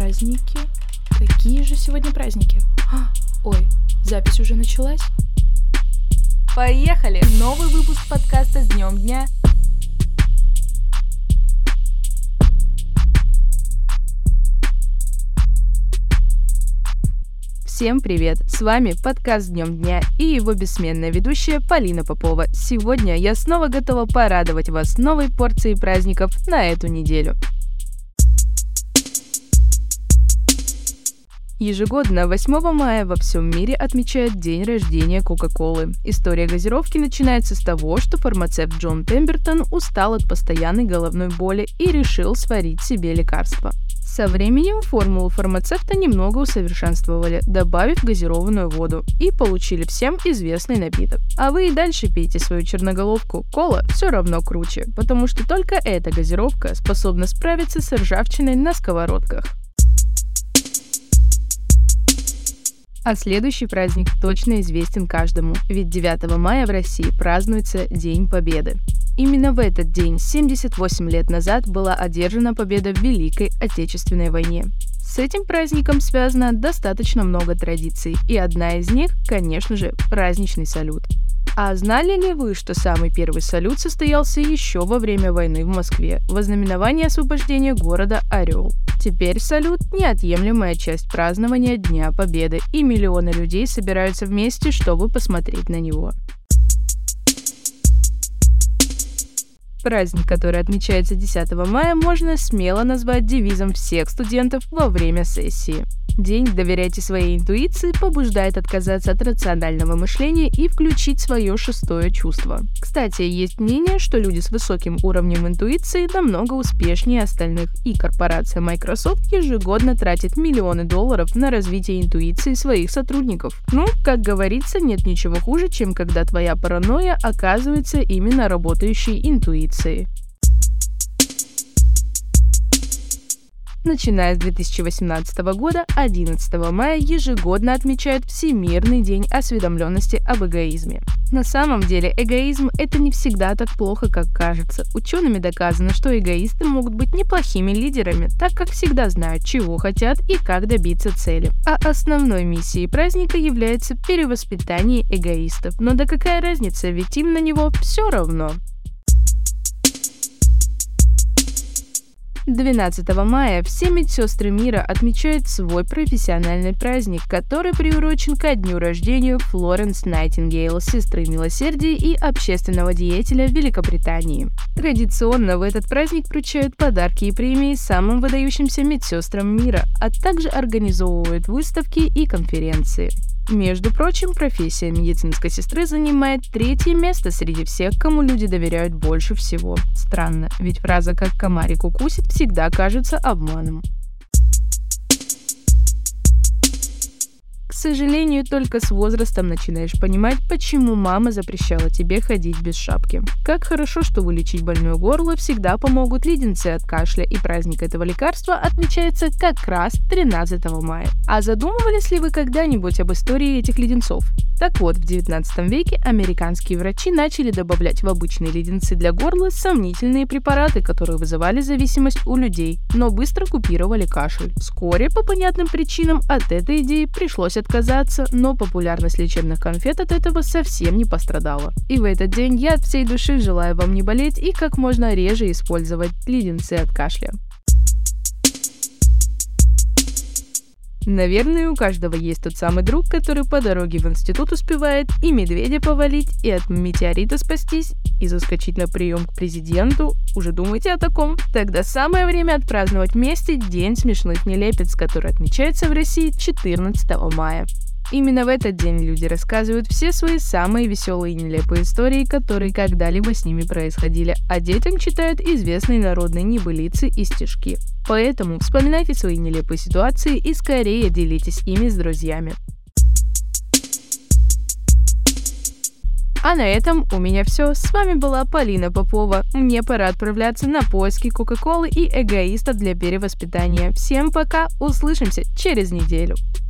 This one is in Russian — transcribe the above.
Праздники? Какие же сегодня праздники? Ой, запись уже началась? Поехали! Новый выпуск подкаста с Днем Дня. Всем привет! С вами подкаст с Днем Дня и его бессменная ведущая Полина Попова. Сегодня я снова готова порадовать вас новой порцией праздников на эту неделю. Ежегодно 8 мая во всем мире отмечают день рождения Кока-Колы. История газировки начинается с того, что фармацевт Джон Пембертон устал от постоянной головной боли и решил сварить себе лекарство. Со временем формулу фармацевта немного усовершенствовали, добавив газированную воду, и получили всем известный напиток. А вы и дальше пейте свою черноголовку, кола все равно круче, потому что только эта газировка способна справиться с ржавчиной на сковородках. А следующий праздник точно известен каждому, ведь 9 мая в России празднуется День Победы. Именно в этот день, 78 лет назад, была одержана победа в Великой Отечественной войне. С этим праздником связано достаточно много традиций, и одна из них, конечно же, праздничный салют. А знали ли вы, что самый первый салют состоялся еще во время войны в Москве, в ознаменование освобождения города Орел? Теперь салют – неотъемлемая часть празднования Дня Победы, и миллионы людей собираются вместе, чтобы посмотреть на него. Праздник, который отмечается 10 мая, можно смело назвать девизом всех студентов во время сессии. День «Доверяйте своей интуиции» побуждает отказаться от рационального мышления и включить свое шестое чувство. Кстати, есть мнение, что люди с высоким уровнем интуиции намного успешнее остальных, и корпорация Microsoft ежегодно тратит миллионы долларов на развитие интуиции своих сотрудников. Как говорится, нет ничего хуже, чем когда твоя паранойя оказывается именно работающей интуицией. Начиная с 2018 года, 11 мая ежегодно отмечают Всемирный день осведомленности об эгоизме. На самом деле, эгоизм – это не всегда так плохо, как кажется. Учеными доказано, что эгоисты могут быть неплохими лидерами, так как всегда знают, чего хотят и как добиться цели. А основной миссией праздника является перевоспитание эгоистов. Но да какая разница, ведь им на него все равно. 12 мая все медсестры мира отмечают свой профессиональный праздник, который приурочен ко дню рождения Флоренс Найтингейл, сестры милосердия и общественного деятеля Великобритании. Традиционно в этот праздник вручают подарки и премии самым выдающимся медсестрам мира, а также организовывают выставки и конференции. Между прочим, профессия медицинской сестры занимает 3-е место среди всех, кому люди доверяют больше всего. Странно, ведь фраза «как комарик укусит» всегда кажется обманом. К сожалению, только с возрастом начинаешь понимать, почему мама запрещала тебе ходить без шапки. Как хорошо, что вылечить больное горло всегда помогут леденцы от кашля, и праздник этого лекарства отмечается как раз 13 мая. А задумывались ли вы когда-нибудь об истории этих леденцов? Так вот, в 19 веке американские врачи начали добавлять в обычные леденцы для горла сомнительные препараты, которые вызывали зависимость у людей, но быстро купировали кашель. Вскоре, по понятным причинам, от этой идеи пришлось отказаться, но популярность лечебных конфет от этого совсем не пострадала. И в этот день я от всей души желаю вам не болеть и как можно реже использовать леденцы от кашля. Наверное, у каждого есть тот самый друг, который по дороге в институт успевает и медведя повалить, и от метеорита спастись, и заскочить на прием к президенту. Уже думаете о таком? Тогда самое время отпраздновать вместе День смешных нелепец, который отмечается в России 14 мая. Именно в этот день люди рассказывают все свои самые веселые и нелепые истории, которые когда-либо с ними происходили, а детям читают известные народные небылицы и стишки. Поэтому вспоминайте свои нелепые ситуации и скорее делитесь ими с друзьями. А на этом у меня все. С вами была Полина Попова. Мне пора отправляться на поиски Кока-Колы и эгоиста для перевоспитания. Всем пока, услышимся через неделю.